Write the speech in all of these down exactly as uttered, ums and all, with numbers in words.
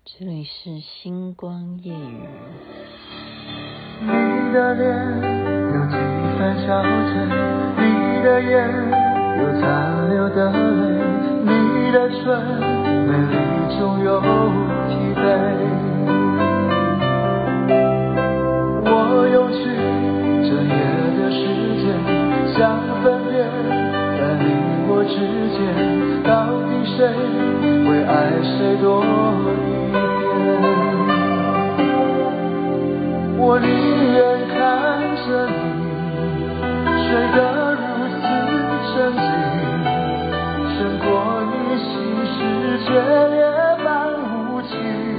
这里是星光夜雨。 你的脸有几分消沉，你的眼有残留的泪，你的唇美丽中有疲惫。我用去整夜的时间，想分辨在你我之间，到底谁会爱谁多一点。我宁愿看着你睡得如此沉静，胜过你心事却也般无情。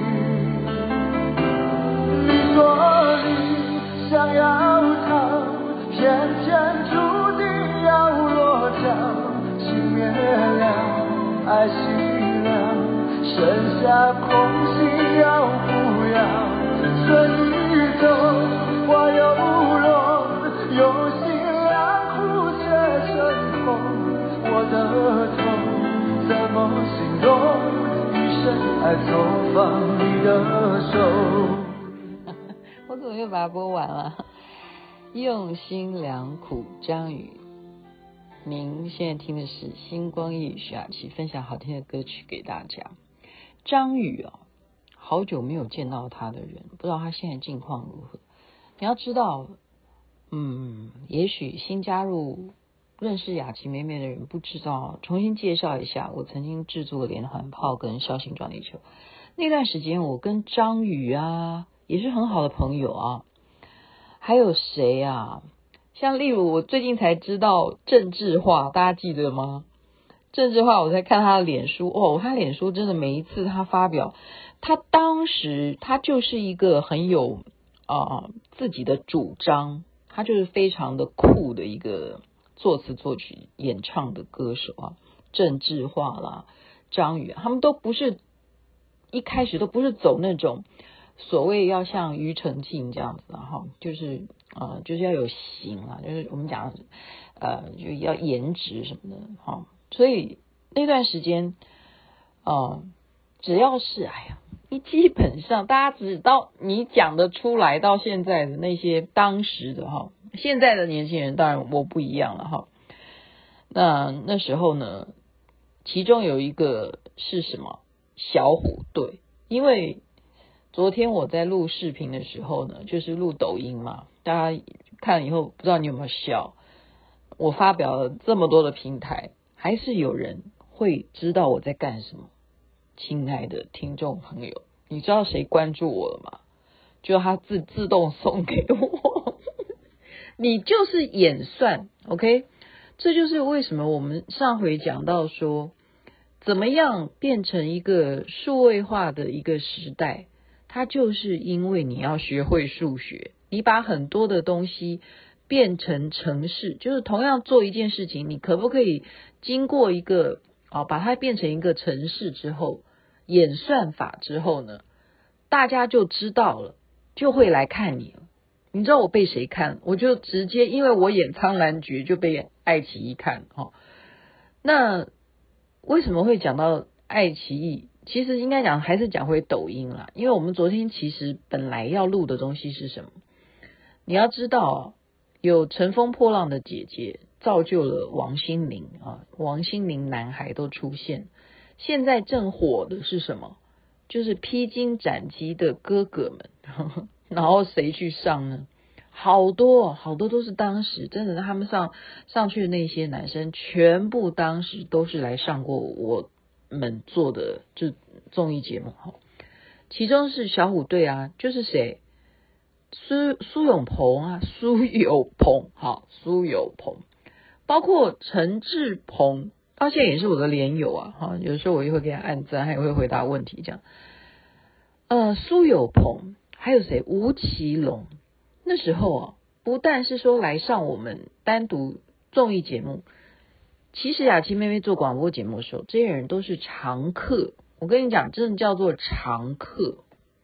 你说你想要逃，偏偏注定要落脚，情灭了，爱熄了，剩下空心要不要？这一走花又落，用心良苦却成空，我的痛怎么形容？一生爱错放你的手。 我怎么又把它播完了？用心良苦，张宇。您现在听的是星光夜雨，徐雅琪分享好听的歌曲给大家。张宇哦，好久没有见到他的人，不知道他现在近况如何。你要知道，嗯，也许新加入认识雅琪妹妹的人不知道，重新介绍一下，我曾经制作连环炮跟小型撞地球那段时间，我跟张宇啊也是很好的朋友啊。还有谁啊？像例如我最近才知道郑智化，大家记得吗？郑智化我在看他的脸书，哦，他脸书真的每一次他发表，他当时他就是一个很有啊、呃、自己的主张，他就是非常的酷的一个作词作曲演唱的歌手啊。郑智化啦，张宇，他们都不是一开始都不是走那种所谓要像庾澄庆这样子的哈，就是呃就是要有型啊，就是我们讲呃就要颜值什么的哈。所以那段时间，呃，只要是哎呀，你基本上大家知道你讲得出来到现在的那些当时的哈，现在的年轻人当然我不一样了哈。那那时候呢，其中有一个是什么小虎队，因为昨天我在录视频的时候呢，就是录抖音嘛，大家看了以后不知道你有没有笑，我发表了这么多的平台，还是有人会知道我在干什么。亲爱的听众朋友，你知道谁关注我了吗？就他自自动送给我你就是演算 OK， 这就是为什么我们上回讲到说怎么样变成一个数位化的一个时代，它就是因为你要学会数学，你把很多的东西变成程式，就是同样做一件事情，你可不可以经过一个啊，把它变成一个程式之后，演算法之后呢，大家就知道了，就会来看你了。你知道我被谁看？我就直接因为我演苍兰诀就被爱奇艺看哈。那为什么会讲到爱奇艺？其实应该讲还是讲回抖音啦，因为我们昨天其实本来要录的东西是什么？你要知道，有乘风破浪的姐姐造就了王心凌啊，王心凌男孩都出现。现在正火的是什么？就是披荆斩棘的哥哥们，呵呵，然后谁去上呢？好多好多都是当时真的，他们上上去的那些男生，全部当时都是来上过我们做的就综艺节目哈。其中是小虎队啊，就是谁？苏苏有朋啊，苏有朋，好，苏有朋，包括陈志朋，到现在也是我的连友啊，哈，有时候我也会给他按赞，还也会回答问题这样。呃，苏有朋，还有谁？吴奇隆，那时候啊，不但是说来上我们单独综艺节目，其实雅琪妹妹做广播节目的时候，这些人都是常客。我跟你讲，真的叫做常客。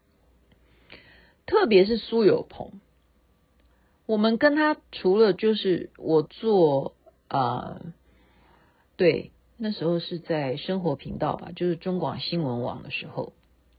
特别是苏有朋，我们跟他除了就是我做啊、呃，对，那时候是在生活频道吧，就是中广新闻网的时候，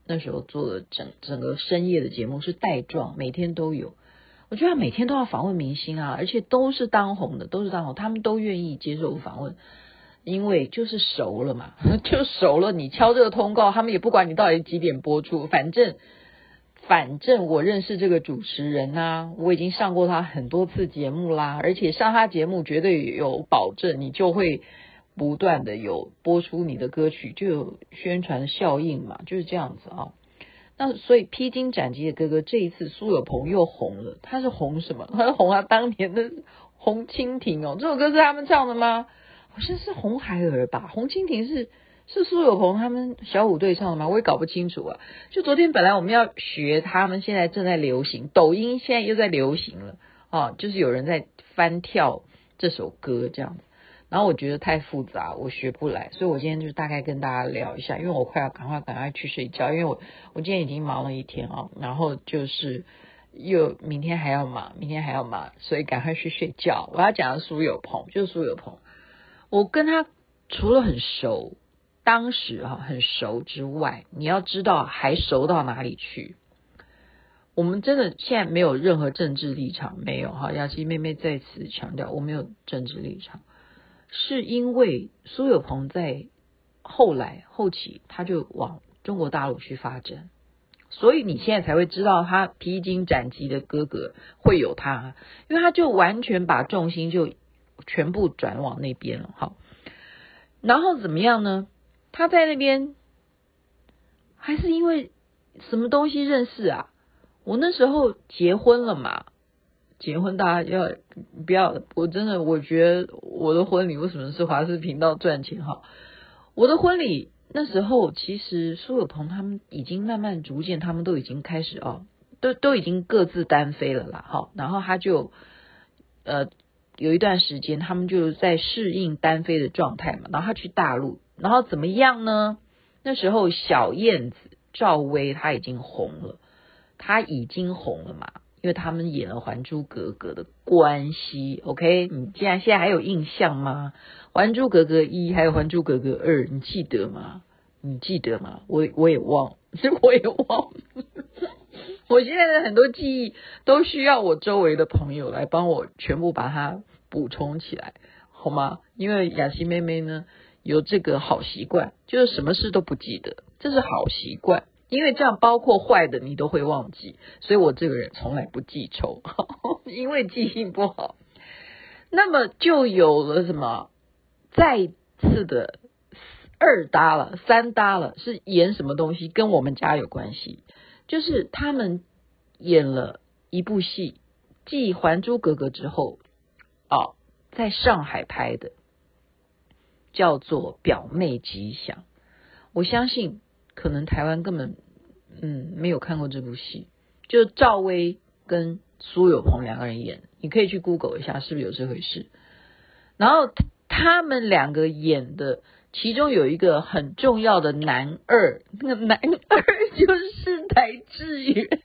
那时候做的整整个深夜的节目是带状，每天都有。我觉得他每天都要访问明星啊，而且都是当红的，都是当红，他们都愿意接受访问，因为就是熟了嘛，就熟了。你敲这个通告，他们也不管你到底几点播出，反正反正我认识这个主持人啊，我已经上过他很多次节目啦，而且上他节目绝对有保证，你就会不断的有播出你的歌曲，就有宣传效应嘛，就是这样子啊。那所以披荆斩棘的哥哥这一次苏有朋又红了，他是红什么？他是红他当年的红蜻蜓哦，这首歌是他们唱的吗？好像是红孩儿吧，红蜻蜓是是苏有朋他们小虎队唱的吗？我也搞不清楚啊。就昨天本来我们要学他们现在正在流行，抖音现在又在流行了啊，就是有人在翻跳这首歌这样子。然后我觉得太复杂，我学不来，所以我今天就大概跟大家聊一下，因为我快要赶快赶快去睡觉，因为我我今天已经忙了一天啊，然后就是又明天还要忙，明天还要忙，所以赶快去睡觉。我要讲的苏有朋，就是苏有朋，我跟他除了很熟，当时啊很熟之外，你要知道还熟到哪里去。我们真的现在没有任何政治立场，没有哈，雅琪妹妹再次强调，我没有政治立场。是因为苏有朋在后来后期他就往中国大陆去发展，所以你现在才会知道他披荆斩棘的哥哥会有他，因为他就完全把重心就全部转往那边了。好，然后怎么样呢？他在那边还是因为什么东西认识啊？我那时候结婚了嘛，结婚大家要不要？我真的我觉得我的婚礼为什么是华视频道赚钱哈？我的婚礼那时候其实苏有朋他们已经慢慢逐渐，他们都已经开始哦，都都已经各自单飞了啦。好，然后他就呃有一段时间他们就在适应单飞的状态嘛，然后他去大陆，然后怎么样呢？那时候小燕子赵薇她已经红了，她已经红了嘛。因为他们演了《还珠格格》的关系 ，OK？ 你既然现在还有印象吗？《还珠格格一》还有《还珠格格二》，你记得吗？你记得吗？我我也忘，我也忘。我现在的很多记忆都需要我周围的朋友来帮我全部把它补充起来，好吗？因为雅琪妹妹呢有这个好习惯，就是什么事都不记得，这是好习惯。因为这样包括坏的你都会忘记，所以我这个人从来不记仇，因为记性不好。那么就有了什么再次的二搭了，三搭了，是演什么东西跟我们家有关系，就是他们演了一部戏，继《还珠格格》之后哦，在上海拍的叫做《表妹吉祥》，我相信可能台湾根本嗯没有看过这部戏，就赵薇跟苏有朋两个人演，你可以去 Google 一下是不是有这回事。然后他们两个演的其中有一个很重要的男二，那个男二就是台志远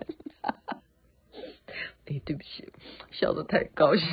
哎，对不起，笑得太高兴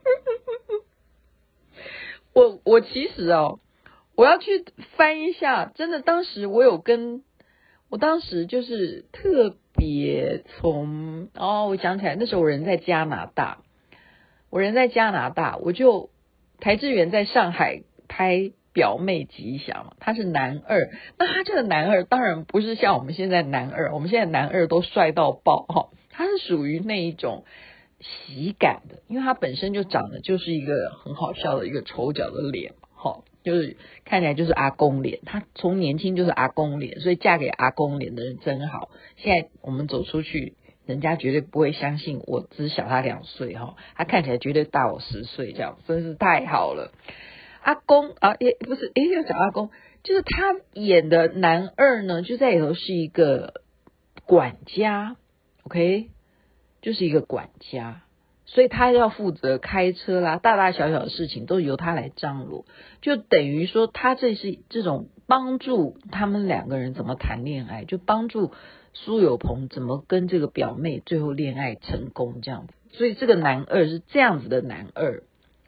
我我其实哦我要去翻一下，真的当时我有跟我当时就是特别从哦，我想起来那时候我人在加拿大，我人在加拿大，我就台志远在上海拍表妹吉祥嘛，他是男二，那他这个男二当然不是像我们现在男二，我们现在男二都帅到爆哈、哦，他是属于那一种喜感的，因为他本身就长得就是一个很好笑的一个丑角的脸哈、哦，就是看起来就是阿公脸，他从年轻就是阿公脸，所以嫁给阿公脸的人真好。现在我们走出去，人家绝对不会相信我只小他两岁哈，他看起来绝对大我十岁，这样真是太好了。阿公啊，也不是，诶，要讲阿公，就是他演的男二呢，就在里头是一个管家 ，OK， 就是一个管家。所以他要负责开车啦，大大小小的事情都由他来张罗，就等于说他这是这种帮助他们两个人怎么谈恋爱，就帮助苏有朋怎么跟这个表妹最后恋爱成功这样子。所以这个男二是这样子的男二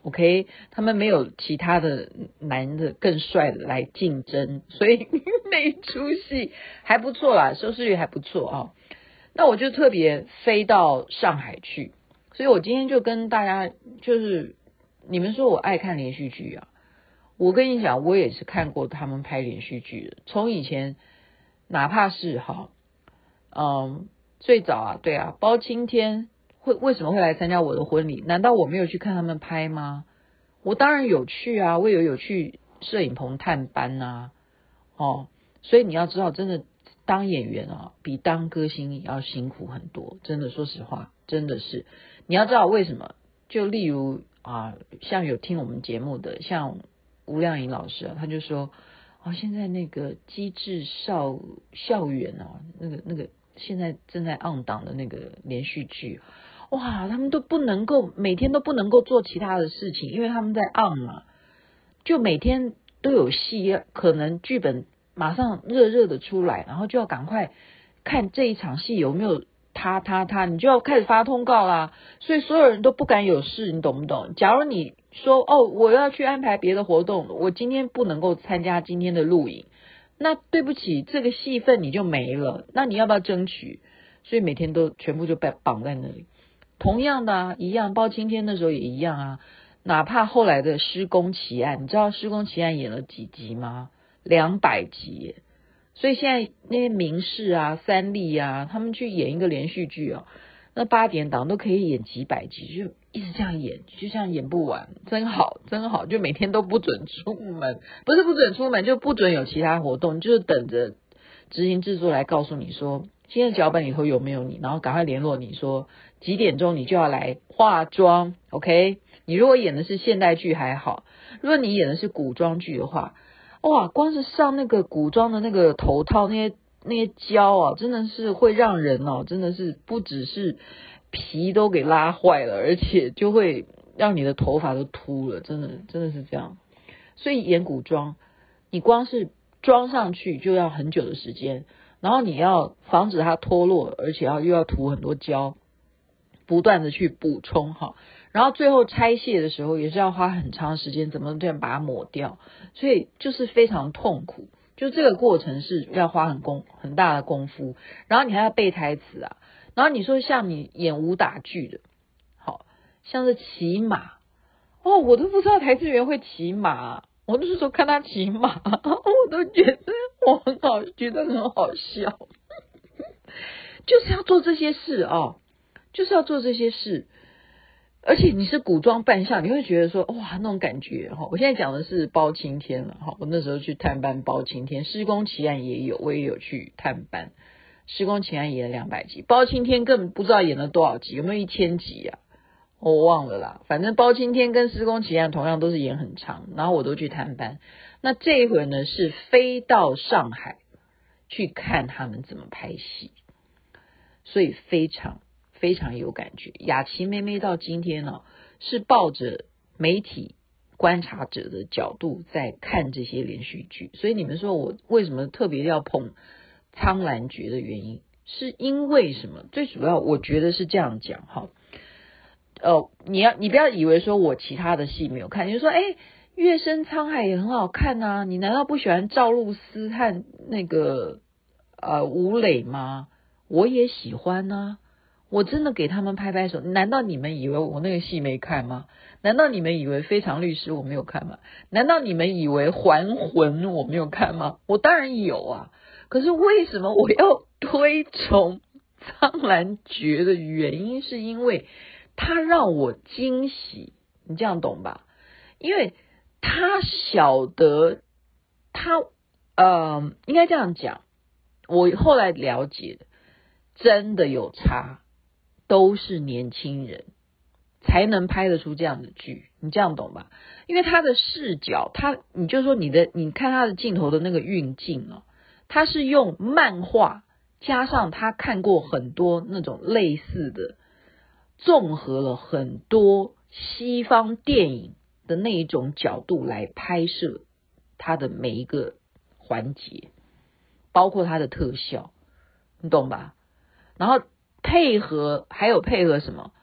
OK， 他们没有其他的男的更帅的来竞争，所以那一出戏还不错啦，收视率还不错啊。那我就特别飞到上海去，所以我今天就跟大家，就是你们说我爱看连续剧啊，我跟你讲，我也是看过他们拍连续剧的，从以前哪怕是哈，嗯，最早啊，对啊，包青天会为什么会来参加我的婚礼？难道我没有去看他们拍吗？我当然有去啊，我也有去摄影棚探班啊，哦，所以你要知道，真的当演员啊，比当歌星要辛苦很多，真的，说实话，真的是。你要知道为什么？就例如啊，像有听我们节目的，像吴亮颖老师啊，他就说，哦，现在那个机智校校园啊，那个那个现在正在on档的那个连续剧。哇，他们都不能够每天都不能够做其他的事情，因为他们在 on 嘛，就每天都有戏，可能剧本马上热热的出来，然后就要赶快看这一场戏有没有他他他，你就要开始发通告啦，所以所有人都不敢有事，你懂不懂？假如你说哦，我要去安排别的活动，我今天不能够参加今天的录影，那对不起，这个戏份你就没了，那你要不要争取？所以每天都全部就被绑在那里。同样的啊，一样，包青天的时候也一样啊。哪怕后来的施工奇案，你知道施工奇案演了几集吗？两百集耶。所以现在那些名士啊、三立啊，他们去演一个连续剧啊，那八点档都可以演几百集，就一直这样演，就这样演不完，真好，真好，就每天都不准出门，不是不准出门，就不准有其他活动，就是等着执行制作来告诉你说，今天的脚本里头有没有你，然后赶快联络你说几点钟你就要来化妆 ，OK？ 你如果演的是现代剧还好，如果你演的是古装剧的话，哇，光是上那个古装的那个头套，那些那些胶啊，真的是会让人哦，真的是不只是皮都给拉坏了，而且就会让你的头发都秃了，真的真的是这样。所以演古装，你光是装上去就要很久的时间，然后你要防止它脱落，而且要又要涂很多胶，不断的去补充哈。然后最后拆卸的时候也是要花很长时间，怎么这样把它抹掉，所以就是非常痛苦，就这个过程是要花很功很大的功夫，然后你还要背台词啊，然后你说像你演武打剧的，好像是骑马哦，我都不知道台词员会骑马，我那时候看他骑马，我都觉得我很好，觉得很好笑，就是要做这些事哦，就是要做这些事。而且你是古装扮相，你会觉得说哇那种感觉哈。我现在讲的是包青天了哈，我那时候去探班包青天，施工奇案也有，我也有去探班。施工奇案演了两百集，包青天根本不知道演了多少集，有没有一千集啊？我忘了啦。反正包青天跟施工奇案同样都是演很长，然后我都去探班。那这一回呢是飞到上海去看他们怎么拍戏，所以非常。非常有感觉。雅琪妹妹到今天呢、哦，是抱着媒体观察者的角度在看这些连续剧，所以你们说我为什么特别要捧苍兰诀的原因，是因为什么？最主要我觉得是这样讲哈，呃，你要你不要以为说我其他的戏没有看，你就说哎，月升沧海也很好看啊，你难道不喜欢赵露思和那个呃吴磊吗？我也喜欢啊。我真的给他们拍拍手，难道你们以为我那个戏没看吗？难道你们以为非常律师我没有看吗？难道你们以为还魂我没有看吗？我当然有啊，可是为什么我要推崇苍兰诀的原因是因为他让我惊喜，你这样懂吧？因为他晓得他呃应该这样讲，我后来了解的真的有差，都是年轻人才能拍得出这样的剧，你这样懂吧？因为他的视角，他你就说你的，你看他的镜头的那个运镜哦，他是用漫画加上他看过很多那种类似的，综合了很多西方电影的那一种角度来拍摄他的每一个环节，包括他的特效，你懂吧？然后配合还有配合什么？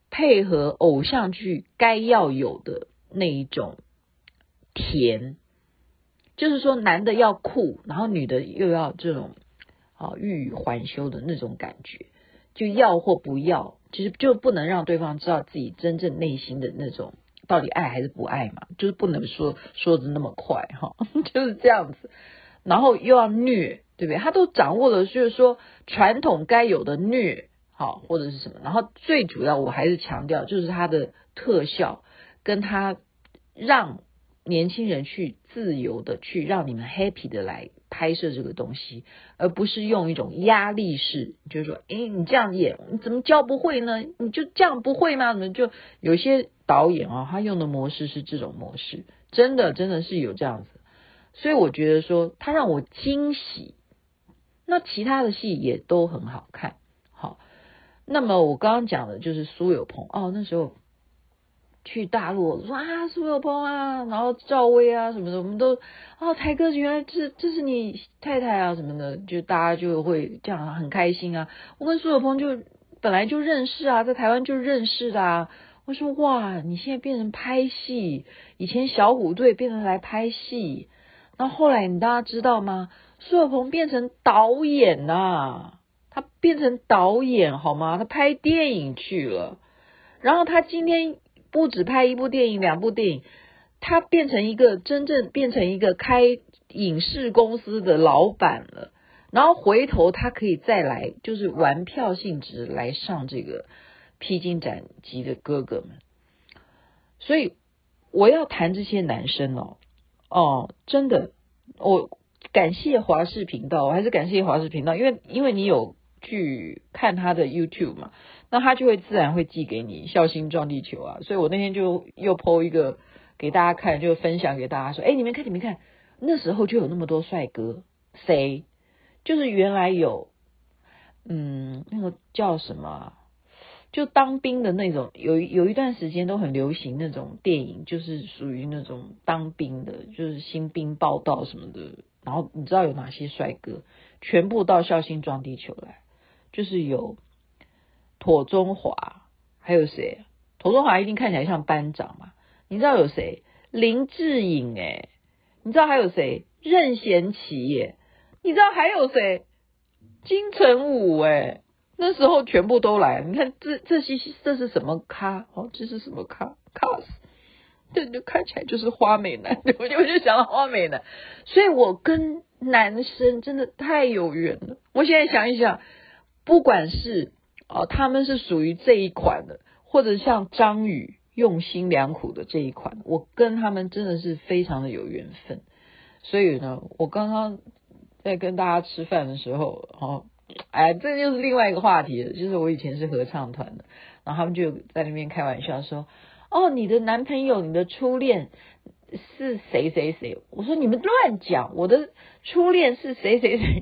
配合偶像剧该要有的那一种甜，就是说男的要酷，然后女的又要这种啊欲语还休的那种感觉，就要或不要，其实就不能让对方知道自己真正内心的那种到底爱还是不爱嘛，就是不能说说的那么快哈，就是这样子，然后又要虐，对不对？他都掌握了，就是说传统该有的虐，好或者是什么，然后最主要我还是强调，就是他的特效跟他让年轻人去自由的去让你们 happy 的来拍摄这个东西，而不是用一种压力式，就是说，诶，你这样演，你怎么教不会呢？你就这样不会吗？怎么就有些导演啊，他用的模式是这种模式，真的真的是有这样子，所以我觉得说他让我惊喜。那其他的戏也都很好看，好，那么我刚刚讲的就是苏有朋哦，那时候去大陆，我说啊苏有朋啊，然后赵薇啊什么的，我们都哦台哥原来这这是你太太啊什么的，就大家就会这样很开心啊。我跟苏有朋就本来就认识啊，在台湾就认识的啊。我说哇，你现在变成拍戏，以前小虎队变成来拍戏，然后后来你大家知道吗？苏有朋变成导演呐、啊，他变成导演好吗？他拍电影去了，然后他今天不只拍一部电影两部电影，他变成一个真正变成一个开影视公司的老板了，然后回头他可以再来就是玩票性质来上这个披荆斩棘的哥哥们。所以我要谈这些男生哦哦，真的我感谢华视频道，我还是感谢华视频道，因为因为你有去看他的 YouTube 嘛，那他就会自然会寄给你孝心撞地球啊，所以我那天就又 po 一个给大家看，就分享给大家说，哎，你们看你们看，那时候就有那么多帅哥，谁就是原来有嗯那个叫什么啊，就当兵的那种，有有一段时间都很流行那种电影，就是属于那种当兵的，就是新兵报道什么的。然后你知道有哪些帅哥？全部到孝心撞地球来，就是有庹宗华，还有谁？庹宗华一定看起来像班长嘛？你知道有谁？林志颖哎、欸，你知道还有谁？任贤齐耶、欸，你知道还有谁？金城武哎、欸。那时候全部都来，你看这这些这是什么咖？哦，这是什么咖 ？cast， 这就看起来就是花美男，我就我就想到花美男，所以我跟男生真的太有缘了。我现在想一想，不管是哦他们是属于这一款的，或者像张宇用心良苦的这一款，我跟他们真的是非常的有缘分。所以呢，我刚刚在跟大家吃饭的时候，哦。哎，这就是另外一个话题了，就是我以前是合唱团的，然后他们就在那边开玩笑说，哦，你的男朋友，你的初恋是谁谁谁？我说你们乱讲，我的初恋是谁谁谁。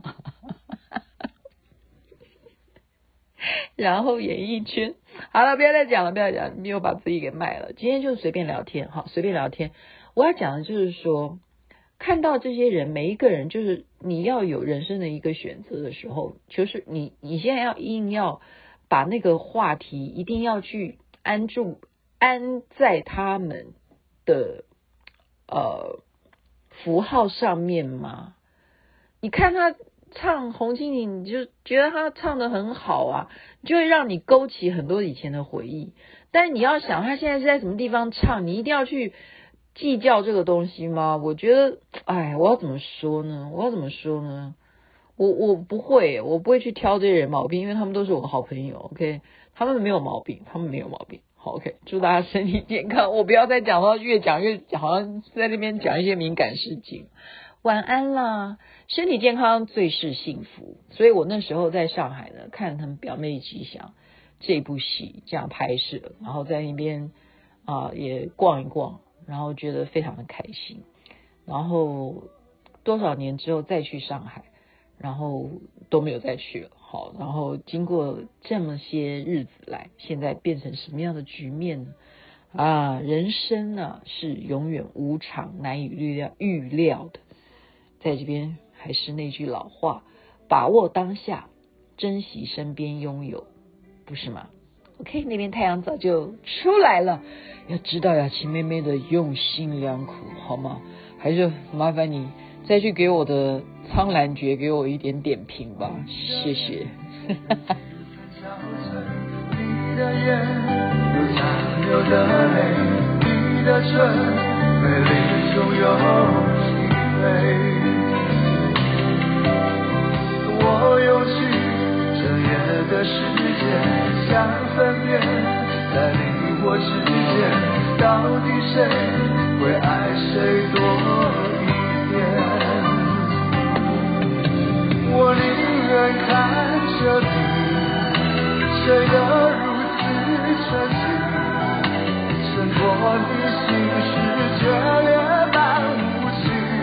然后演艺圈，好了，不要再讲了，不要讲，你又把自己给卖了。今天就随便聊天，好，随便聊天。我要讲的就是说，看到这些人，每一个人就是你要有人生的一个选择的时候，就是你你现在要硬要把那个话题一定要去安住安在他们的呃符号上面吗？你看他唱红蜻蜓，你就觉得他唱得很好啊，就会让你勾起很多以前的回忆。但你要想他现在是在什么地方唱，你一定要去计较这个东西吗？我觉得，哎，我要怎么说呢？我要怎么说呢？我我不会，我不会去挑这些人毛病，因为他们都是我的好朋友。OK， 他们没有毛病，他们没有毛病。好 ，OK， 祝大家身体健康。我不要再讲到越讲越好像在那边讲一些敏感事情。晚安啦，身体健康最是幸福。所以我那时候在上海呢，看他们表妹吉祥这部戏这样拍摄，然后在那边啊、呃、也逛一逛，然后觉得非常的开心。然后多少年之后再去上海，然后都没有再去了。好，然后经过这么些日子来，现在变成什么样的局面呢？啊，人生啊是永远无常，难以预料预料的。在这边还是那句老话，把握当下，珍惜身边拥有，不是吗？ OK， 那边太阳早就出来了。要知道雅琪妹妹的用心良苦，好吗？还是麻烦你再去给我的苍兰诀给我一点点评吧，谢谢。 你的眼有残留的泪，你的唇美丽中有凄美。我用去这夜的世界想分辨，在你我之间到底谁会爱谁多一点。我宁愿看着你睡得如此沉静，胜过你心事决裂般无情。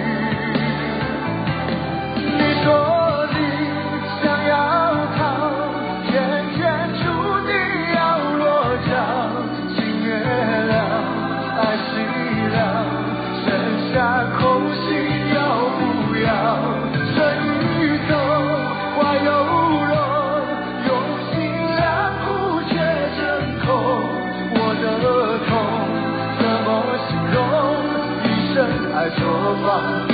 你说你想要逃，偏偏注定要落脚，情越了，爱熄了，剩下空心要不要？春雨走，花又落，用心良苦却成空，我的痛怎么形容？一生爱错放纵。